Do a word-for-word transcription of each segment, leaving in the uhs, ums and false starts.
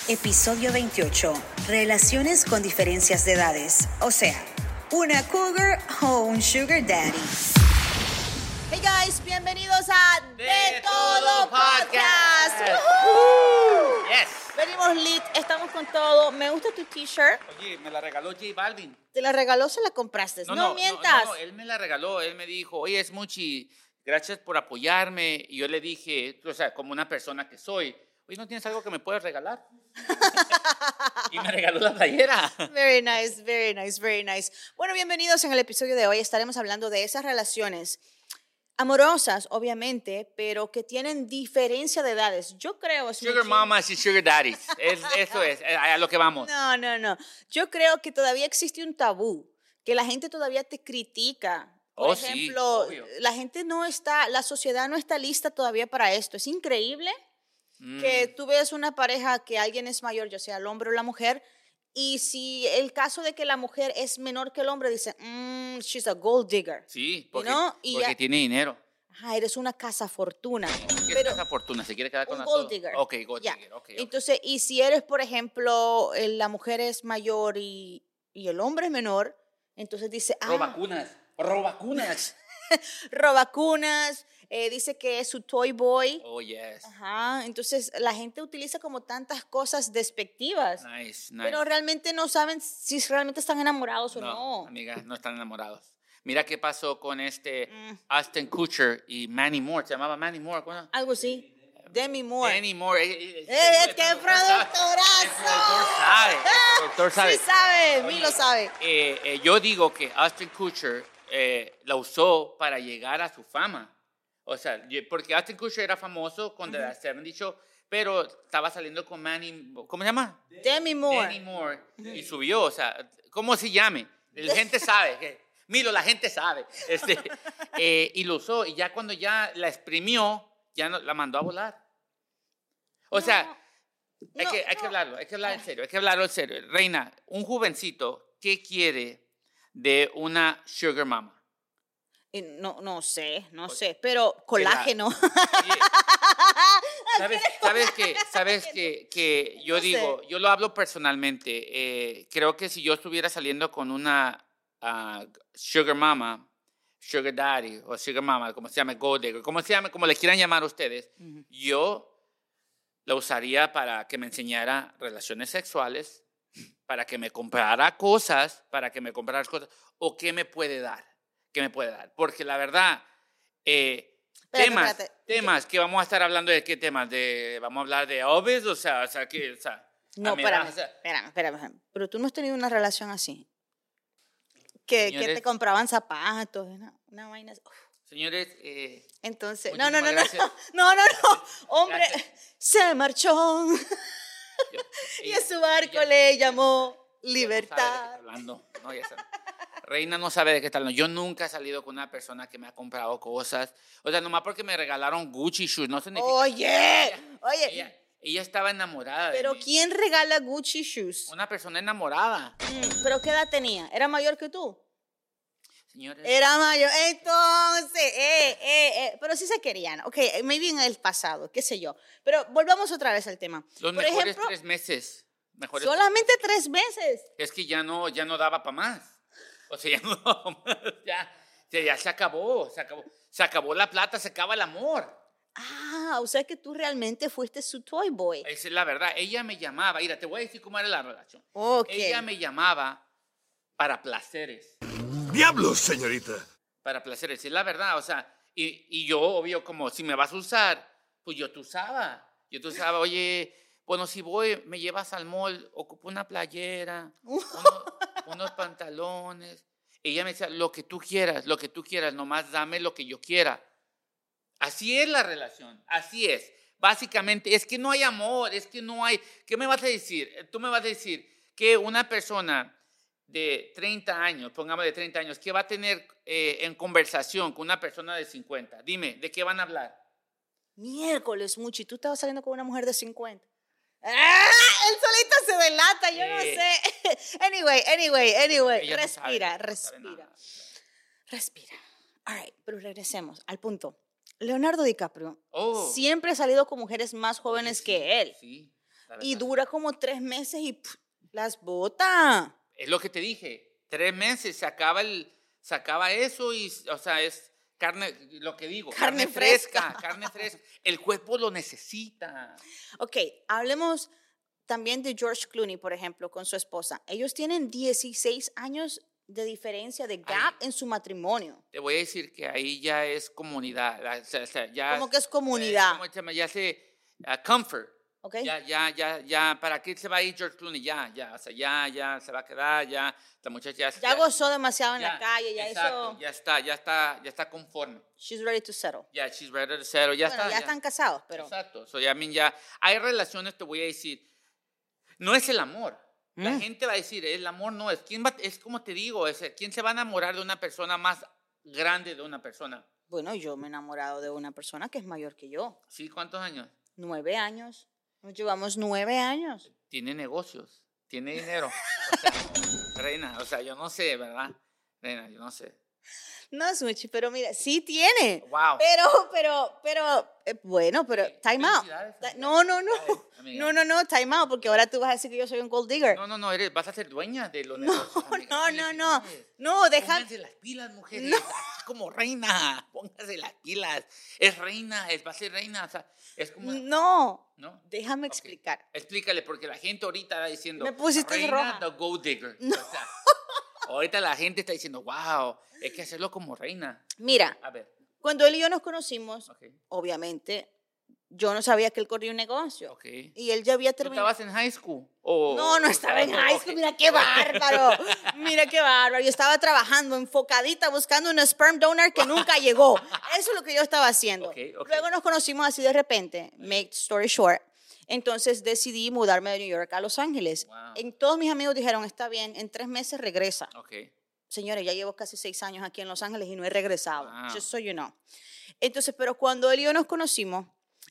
Episodio veintiocho. Relaciones con diferencias de edades. O sea, una cougar o un sugar daddy. Hey guys, bienvenidos a De, De Todo, Todo Podcast. Podcast. ¡Woohoo! Yes. Venimos lit, estamos con todo. Me gusta tu t-shirt. Oye, me la regaló J Balvin. ¿Te la regaló o se la compraste? No, no mientas. No, no, él me la regaló. Él me dijo, oye, Smuchi, gracias por apoyarme. Y yo le dije, o sea, como una persona que soy, oye, ¿no tienes algo que me puedas regalar? Y me regaló la playera. Very nice, very nice, very nice. Bueno, bienvenidos. En el episodio de hoy estaremos hablando de esas relaciones amorosas, obviamente, pero que tienen diferencia de edades. Yo creo... Sugar mamas y sugar daddies. Es, eso es, a lo que vamos. No, no, no. Yo creo que todavía existe un tabú, que la gente todavía te critica. Por Oh, ejemplo, sí, obvio. la gente no está, la sociedad no está lista todavía para esto. Es increíble Mm. que tú ves una pareja que alguien es mayor, ya sea el hombre o la mujer, y si el caso de que la mujer es menor que el hombre, dice, mm, she's a gold digger. Sí, porque, You know? Y porque ya- tiene dinero. Ajá, eres una casa fortuna. ¿Qué Pero es esa fortuna? ¿Se quiere quedar con un la gold todo? digger. Ok, gold Ya. digger. Okay, ok. Entonces, y si eres, por ejemplo, eh, la mujer es mayor y, y el hombre es menor, entonces dice, ah, Robacunas. Robacunas. robacunas, eh, dice que es su toy boy. Oh, yes. Ajá, entonces la gente utiliza como tantas cosas despectivas, Nice, nice. pero realmente no saben si realmente están enamorados o no. amiga, no están enamorados. Mira qué pasó con este Mm. Ashton Kutcher y Manny Moore. Se llamaba Manny Moore. ¿Cómo? Algo así. Demi Moore. Manny Moore. Eh, eh, ¡Eh, el qué productor sabe. productorazo! El productor sabe. El productor sabe. Sí sabe, Oye, Mí lo sabe. eh, eh, yo digo que Ashton Kutcher eh, la usó para llegar a su fama. O sea, ye- porque Ashton Kutcher era famoso con The setenta Show, pero estaba saliendo con Manny, ¿cómo se llama? Demi Moore. Manny Moore. Y subió, o sea, ¿cómo se llame? La gente sabe. que- Milo, la gente sabe. Este, eh, y lo usó. Y ya cuando ya la exprimió, ya no- la mandó a volar. O No, sea, hay, no, que, hay que no. hablarlo, hay que hablar en serio, hay que hablarlo en serio. Reina, un jovencito, ¿qué quiere de una sugar mama? Eh, No, no sé, no sé, pero colágeno. Oye, ¿Sabes, sabes que, sabes que, que yo No sé. digo, yo lo hablo personalmente, eh, creo que si yo estuviera saliendo con una ah, sugar mama, sugar daddy o sugar mama, como se llame, gold digger, como se llame, como le quieran llamar ustedes, Ujú. yo la usaría para que me enseñara relaciones sexuales, para que me comprara cosas, para que me comprara cosas, o qué me puede dar, qué me puede dar, porque la verdad, eh, Espérate, temas, espérate. temas que vamos a estar hablando de qué temas, de, vamos a hablar de hobbies, o sea, o sea, que, o sea, No, a mi edad, espérame, o sea, espérame, espérame, espérame. Pero tú no has tenido una relación así. Que, que Señores. te compraban zapatos, una, una vaina así. Uf. señores, eh, Entonces, no, no, no, no, Muchísimas no, no, no, hombre, Gracias. se marchó yo- y ella- a su barco ella- le llamó ella no sabe de qué libertad. está hablando, no, ya sabe. Reina no sabe de qué está hablando. Yo nunca he salido con una persona que me ha comprado cosas. O sea, nomás porque me regalaron Gucci shoes, no significa... Oye, oye, Ella, ella estaba enamorada de pero mí. ¿quién regala Gucci shoes? Una persona enamorada. Mm, ¿Pero qué edad tenía? ¿Era mayor que tú? Señores, Era mayor. Entonces, eh, eh, eh, pero sí se querían. Ok, maybe en el pasado, qué sé yo. Pero volvamos otra vez al tema. los Por mejores ejemplo, tres meses. Mejores solamente tres meses. Es que ya no, ya no daba para más. O sea, ya no daba pa' más. Ya, ya, ya se acabó, se acabó. Se acabó la plata, se acaba el amor. Ah, o sea que tú realmente fuiste su toy boy. Esa es la verdad. Ella me llamaba, mira, te voy a decir cómo era la relación. Ok. Ella me llamaba para placeres. ¡Diablos, señorita! Para placeres, es la verdad. O sea, y, y yo, obvio, como si me vas a usar, pues yo te usaba. Yo te usaba, oye, bueno, si voy, me llevas al mall, ocupo una playera, unos, unos pantalones. Ella me decía, lo que tú quieras, lo que tú quieras, nomás dame lo que yo quiera. Así es la relación, así es. Básicamente, es que no hay amor, es que no hay... ¿Qué me vas a decir? Tú me vas a decir que una persona de treinta años, pongamos de treinta años, que va a tener eh, en conversación con una persona de cincuenta. Dime, ¿de qué van a hablar? Miércoles, Muchi, tú estabas saliendo con una mujer de cincuenta. ¡Ah! Él solito se delata, yo no Eh. sé. Anyway, anyway, anyway. Ella no Respira, sabe, no sabe respira. nada. Respira. All right, pero regresemos al punto. Leonardo DiCaprio Oh. siempre ha salido con mujeres más jóvenes Sí, que él. Sí. La verdad, y sí. dura como tres meses y pff, las bota. Es lo que te dije. Tres meses se acaba, el, se acaba eso y, o sea, es carne, lo que digo, Carne carne, fresca, fresca. carne fresca. El cuerpo lo necesita. Ok, hablemos también de George Clooney, por ejemplo, con su esposa. Ellos tienen dieciséis años de diferencia, de gap Ay. en su matrimonio. Te voy a decir que ahí ya es comunidad. la- O sea, o sea, ya, ¿Cómo que es comunidad? eh, ¿cómo se llama? Ya se, uh, comfort. ¿Ok? Ya, ya, ya, ya, ¿para qué se va a ir George Clooney? Ya, ya, o sea, ya, ya se va a quedar, ya, la muchacha ya... Ya gozó demasiado en ya, la calle, ya exacto, hizo... ya está, ya está, ya está conforme. She's ready to settle. Ya, she's ready to settle, ya Bueno, está. ya están casados, pero... Exacto, so, ya, I mean, ya, hay relaciones, te voy a decir, no es el amor. La Mm. gente va a decir, el amor no es. ¿Quién va, es como te digo, es, ¿quién se va a enamorar de una persona más grande de una persona? Bueno, yo me he enamorado de una persona que es mayor que yo. ¿Sí? ¿Cuántos años? Nueve años. Nos llevamos nueve años. Tiene negocios, tiene dinero. O sea, reina, o sea, yo no sé, ¿verdad? Reina, yo no sé. No, Suchi, pero mira, sí tiene. Wow. Pero, pero, pero, eh, bueno, pero Sí, time out. felicidades, Ta- felicidades. No, no, no. Felicidades, amiga. No, no, no, time out, porque ahora tú vas a decir que yo soy un gold digger. No, no, no, eres, vas a ser dueña de los No, negocios. amiga. no, no, no. Felicidades. No, deja. Pónganse las pilas, mujeres. Así como reina. Pónganse las pilas. Es reina, es, va a ser reina. O sea, es como. No. ¿No? Déjame Ok. explicar. Explícale, porque la gente ahorita está diciendo. Me pusiste reina roja. the gold digger. O sea, ahorita la gente está diciendo, wow, hay que hacerlo como reina. Mira, A ver, cuando él y yo nos conocimos, ok, obviamente, yo no sabía que él corría un negocio. ok. Y él ya había ¿Tú terminado. estabas en high school? O, No, no o- estaba en o- high ok. school, mira qué bárbaro, mira qué bárbaro. Yo estaba trabajando, enfocadita, buscando un sperm donor que nunca llegó. Eso es lo que yo estaba haciendo. Ok, ok. Luego nos conocimos así de repente, make story short. Entonces decidí mudarme de New York a Los Ángeles. Wow. En, todos mis amigos dijeron, está bien, en tres meses regresa. Ok, Señores, ya llevo casi seis años aquí en Los Ángeles y no he regresado. Wow. Just so you know. Entonces, pero cuando él y yo nos conocimos,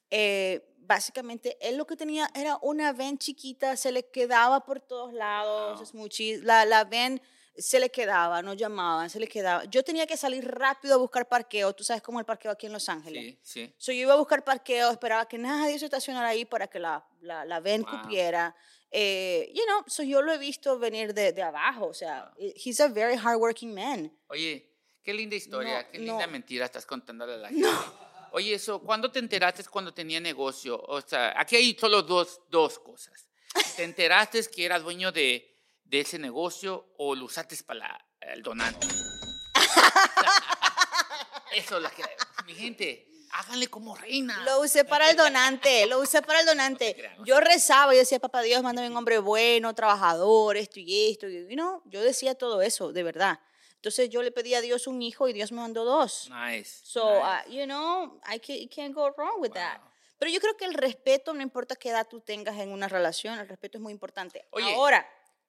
eh, básicamente él lo que tenía era una van chiquita, se le quedaba por todos lados, Wow. es muchi- la, la van se le quedaba, nos llamaban, se le quedaba. Yo tenía que salir rápido a buscar parqueo, tú sabes cómo es el parqueo aquí en Los Ángeles. sí, sí. So, yo iba a buscar parqueo, esperaba que nadie se estacionara ahí para que la, la, la van Wow. cupiera. Eh, you know, so yo lo he visto venir de, de abajo, o sea, he's a very hardworking man. Oye, qué linda historia, No, qué linda no. mentira estás contándole a la gente. Oye, eso, ¿cuándo te enteraste cuando tenía negocio? O sea, aquí hay solo dos, dos cosas. ¿Te enteraste que era dueño de, de ese negocio o lo usaste para la- el donante? Eso es la que... Mi gente, háganle como reina. Lo usé para el donante, lo usé para el donante. crean, no se Yo rezaba y decía, papá Dios, mándame un hombre bueno, trabajador, esto y esto. Y, you know, yo decía todo eso, de verdad. Entonces yo le pedí a Dios un hijo y Dios me mandó dos. Nice. So, nice. uh, you know, I can, you can't go wrong with that. Wow. Pero yo creo que el respeto, no importa qué edad tú tengas en una relación, el respeto es muy importante. Oye. Ahora,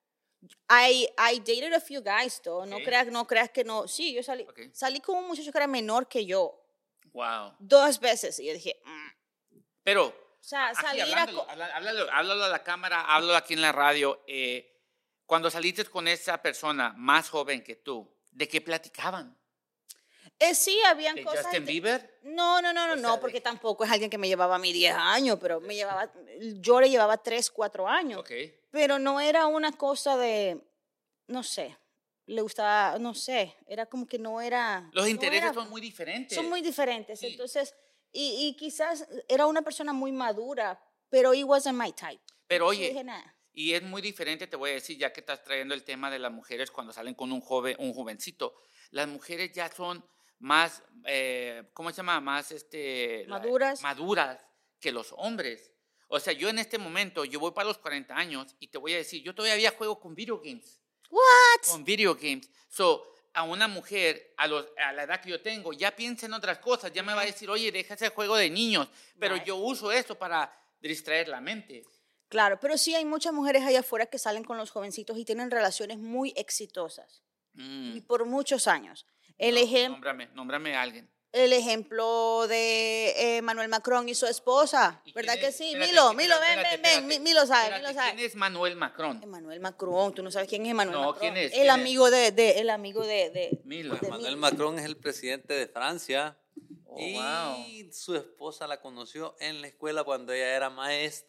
I, I dated a few guys, though. No, Ok. creas, no creas que no. Sí, yo salí, Ok. salí con un muchacho que era menor que yo. Wow. Dos veces. Y yo dije, mm. Pero, o sea, aquí salir a... hablándolo, co- habla- háblalo, háblalo a la cámara, háblalo aquí en la radio. eh, cuando saliste con esa persona más joven que tú, ¿de qué platicaban? Eh, sí, habían ¿De cosas... Justin de- Bieber? No, no, no, no, O sea, no, de- porque tampoco es alguien que me llevaba a mí diez años, pero me llevaba, yo le llevaba tres, cuatro años. Ok. Pero no era una cosa de, no sé, le gustaba, no sé, era como que no era... Los no intereses era- son muy diferentes. Son muy diferentes, Sí. entonces, y, y quizás era una persona muy madura, pero he wasn't my type. Pero Entonces oye, dije, "Nah". y es muy diferente, te voy a decir, ya que estás trayendo el tema de las mujeres cuando salen con un joven, un jovencito. Las mujeres ya son más, eh, ¿cómo se llama? Más este, la- Maduras. maduras que los hombres. O sea, yo en este momento, yo voy para los cuarenta años y te voy a decir, yo todavía juego con video games. What? Con video games. So, a una mujer, a, los, a la edad que yo tengo, ya piensa en otras cosas, ya me va a decir, oye, deja ese juego de niños. Pero Right. yo uso eso para distraer la mente. Claro, pero sí hay muchas mujeres allá afuera que salen con los jovencitos y tienen relaciones muy exitosas Mm. y por muchos años. El, No, ejem- nómbrame, nómbrame a alguien. el ejemplo de eh, Manuel Macron y su esposa, ¿Y ¿verdad quién que es? sí? Espérate, Milo, espérate, Milo, ven, espérate, ven, ven, espérate. Mi- Milo sabe, Espérate, Milo sabe. ¿Quién es Manuel Macron? Emmanuel Macron, tú no sabes quién es Emmanuel No, Macron. ¿quién es? El ¿Quién es? amigo de, de- el amigo de, de, Milo. de Emmanuel Milo. Macron es el presidente de Francia Oh, y wow. su esposa la conoció en la escuela cuando ella era maestra.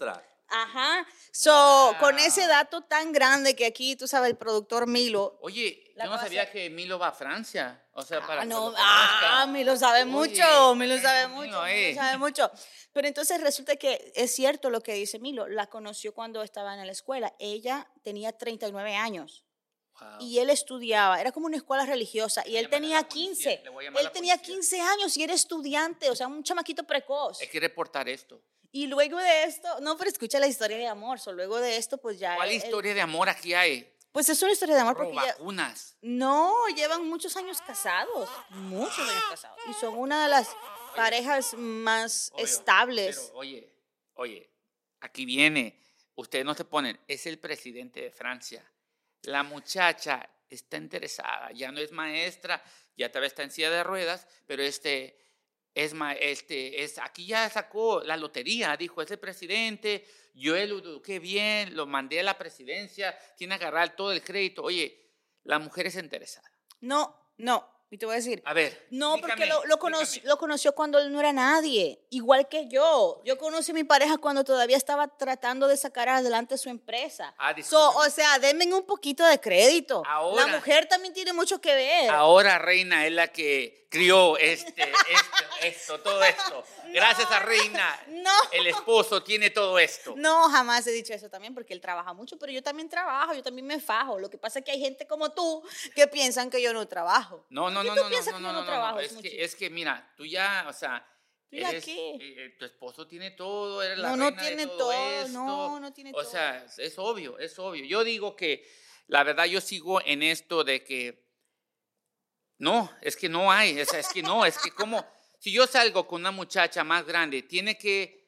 Ajá. So, Wow. con ese dato tan grande que aquí, tú sabes, el productor Milo. Oye, La yo no cosa- sabía que Milo va a Francia. O sea, para Ah, que no, lo ah, conozca. Milo sabe Oye, mucho, Milo ay, sabe Dios mucho, mío, Milo eh. sabe mucho. Pero entonces resulta que es cierto lo que dice Milo, la conoció cuando estaba en la escuela. Ella tenía treinta y nueve años. Wow. Y él estudiaba, era como una escuela religiosa, y Voy a él llamar a tenía la policía, quince. le voy a llamar a Él la tenía policía. quince años y era estudiante, o sea, un chamaquito precoz. Hay que reportar esto. Y luego de esto, no, pero escucha la historia de amor, so, luego de esto, pues ya. ¿Cuál él- historia de amor aquí hay? Pues es una historia de amor porque ya, Robacunas. no, llevan muchos años casados, muchos años casados, y son una de las parejas más Oye, estables. Pero, oye, oye, aquí viene. Ustedes no se ponen. Es el presidente de Francia. La muchacha está interesada. Ya no es maestra, ya tal vez está en silla de ruedas, pero este es, ma- este es aquí ya sacó la lotería. Dijo, es el presidente. Yo lo eduqué bien, lo mandé a la presidencia. Tiene que agarrar todo el crédito. Oye, la mujer es interesada. No, no, y te voy a decir, A ver. no, porque explícame, lo, lo, conoció, explícame. lo conoció cuando él no era nadie, igual que yo. Yo conocí a mi pareja cuando todavía estaba tratando de sacar adelante su empresa. Ah, So, discúlpame. o sea, denme un poquito de crédito. Ahora- la mujer también tiene mucho que ver. Ahora Reina es la que crió este, esto, esto, todo esto. Gracias a Reina, no. el esposo tiene todo esto. No, jamás he dicho eso también porque él trabaja mucho, pero yo también trabajo, yo también me fajo. Lo que pasa es que hay gente como tú que piensan que yo no trabajo. No, no, ¿Por qué no, tú no, piensas no, que no, yo no, no no, trabajo? no. Es Smoochy? que, es que mira, tú ya, o sea, ¿Tú ya eres, qué? eh, eh, tu esposo tiene todo, eres la No, no reina tiene de todo, todo, esto. no, no tiene o todo. sea, es obvio, es obvio. Yo digo que, la verdad, yo sigo en esto de que, no, es que no hay, o sea, es que no, es que como, si yo salgo con una muchacha más grande, tiene que...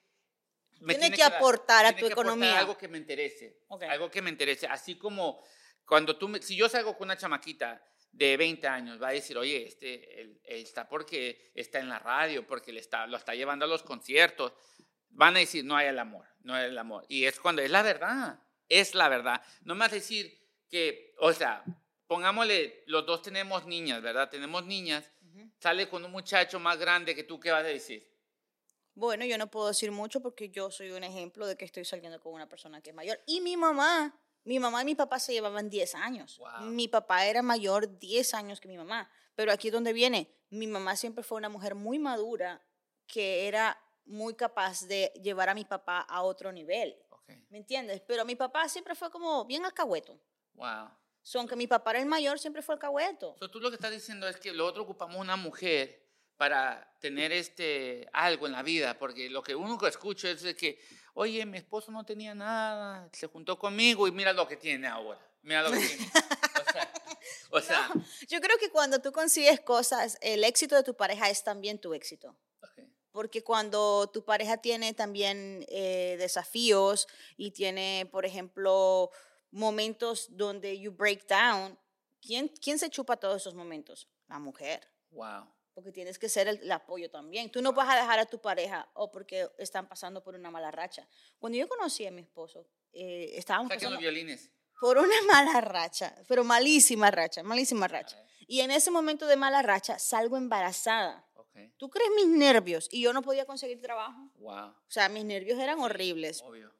me Tiene que dar- aportar a tiene tu que aportar economía. algo que me interese, Ok. algo que me interese. Así como cuando tú, me- si yo salgo con una chamaquita de veinte años, va a decir, oye, este, él, él está porque está en la radio, porque le está, lo está llevando a los conciertos. Van a decir, no hay el amor, no hay el amor. Y es cuando es la verdad, es la verdad. No más decir que, o sea, pongámosle, los dos tenemos niñas, ¿verdad? Tenemos niñas, sale con un muchacho más grande que tú, ¿qué vas a decir? Bueno, yo no puedo decir mucho porque yo soy un ejemplo de que estoy saliendo con una persona que es mayor. Y mi mamá, mi mamá y mi papá se llevaban diez años. Wow. Mi papá era mayor diez años que mi mamá. Pero aquí es donde viene, mi mamá siempre fue una mujer muy madura que era muy capaz de llevar a mi papá a otro nivel. Okay. ¿Me entiendes? Pero mi papá siempre fue como bien alcahueto. Wow. So, aunque mi papá era el mayor, siempre fue alcahueto. So, tú lo que estás diciendo es que nosotros ocupamos una mujer para tener este algo en la vida, porque lo que uno que escucho es de que, oye, mi esposo no tenía nada, se juntó conmigo y mira lo que tiene ahora, mira lo que tiene. O sea, o sea Yo creo que cuando tú consigues cosas, el éxito de tu pareja es también tu éxito. okay. Porque cuando tu pareja tiene también eh, desafíos y tiene, por ejemplo, momentos donde you break down, ¿quién, ¿quién se chupa todos esos momentos? La mujer. Wow. Porque tienes que ser el, el apoyo también. Tú no vas a dejar a tu pareja o porque están pasando por una mala racha. Cuando yo conocí a mi esposo, eh, estábamos Saquen los pasando violines. por una mala racha, pero malísima racha, malísima racha. A ver. Y en ese momento de mala racha salgo embarazada. Okay. ¿Tú crees mis nervios? Y yo no podía conseguir trabajo. Wow. O sea, mis nervios eran horribles. Obvio.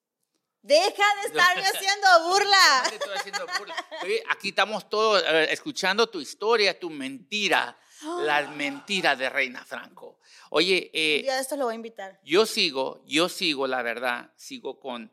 Deja de estarme haciendo No burla. te estoy haciendo burla. Oye, aquí estamos todos eh, escuchando tu historia, tu mentira, las mentiras de Reina Franco. Oye, eh, Un día de estos lo voy a invitar. yo sigo, yo sigo, la verdad, sigo con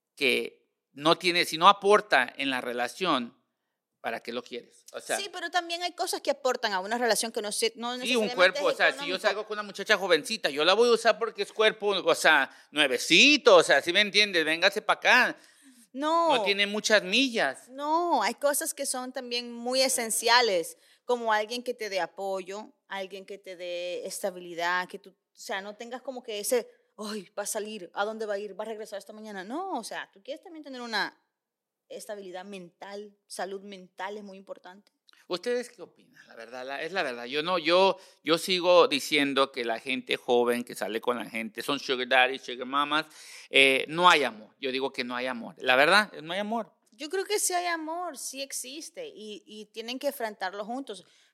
que no tiene, si no aporta en la relación, ¿para qué lo quieres? O sea, Sí, pero también hay cosas que aportan a una relación que no, se, no sí, necesariamente un cuerpo, es o sea, si yo económico. salgo con una muchacha jovencita, yo la voy a usar porque es cuerpo, o sea, nuevecito, o sea, ¿sí me entiendes? Véngase para acá. No, No tiene muchas millas. no, hay cosas que son también muy esenciales, como alguien que te dé apoyo, alguien que te dé estabilidad, que tú, o sea, no tengas como que ese, ay, va a salir, ¿a dónde va a ir? ¿Va a regresar esta mañana? No, o sea, tú quieres también tener una estabilidad mental, salud mental es muy importante. ¿Ustedes qué opinan? La verdad, la- es la verdad. Yo no, yo, yo sigo diciendo que la gente joven que sale con la gente son sugar daddies, sugar mamas. Eh, no hay amor. Yo digo que no hay amor. La verdad, no hay amor. Yo creo que sí hay amor, sí existe y, y tienen que enfrentarlo juntos.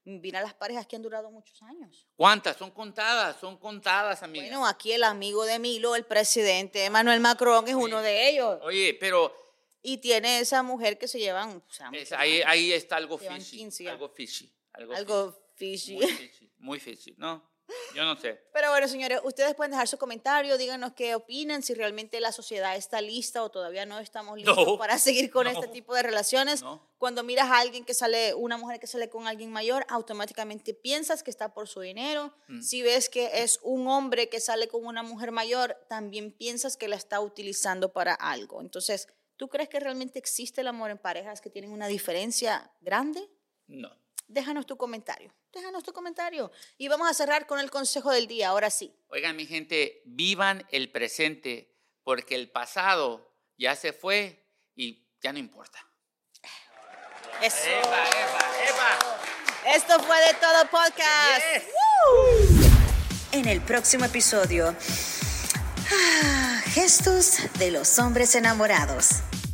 Mira las parejas que han durado muchos años. ¿Cuántas? Son contadas, son contadas, amiga. Bueno, aquí el amigo de Milo, el presidente Emmanuel Macron, es Sí. uno de ellos. Oye, pero Y tiene esa mujer que se llevan, o sea, es- ahí, ahí está algo Llevan fishy. quince ya. Algo fishy. Algo, algo fishy. fishy. Muy fishy. Muy fishy, ¿no? Yo no sé. Pero bueno, señores, ustedes pueden dejar su comentario, díganos qué opinan, si realmente la sociedad está lista o todavía no estamos listos No, para seguir con no, este tipo de relaciones. no. Cuando miras a alguien que sale, una mujer que sale con alguien mayor, automáticamente piensas que está por su dinero. Mm. Si ves que es un hombre que sale con una mujer mayor, también piensas que la está utilizando para algo. Entonces, ¿tú crees que realmente existe el amor en parejas que tienen una diferencia grande? No. Déjanos tu comentario, déjanos tu comentario. Y vamos a cerrar con el consejo del día, ahora sí. Oigan, mi gente, vivan el presente porque el pasado ya se fue y ya no importa. Eso. ¡Epa, epa, epa! Esto fue De Todo Podcast. Yes. En el próximo episodio, ah, gestos de los hombres enamorados.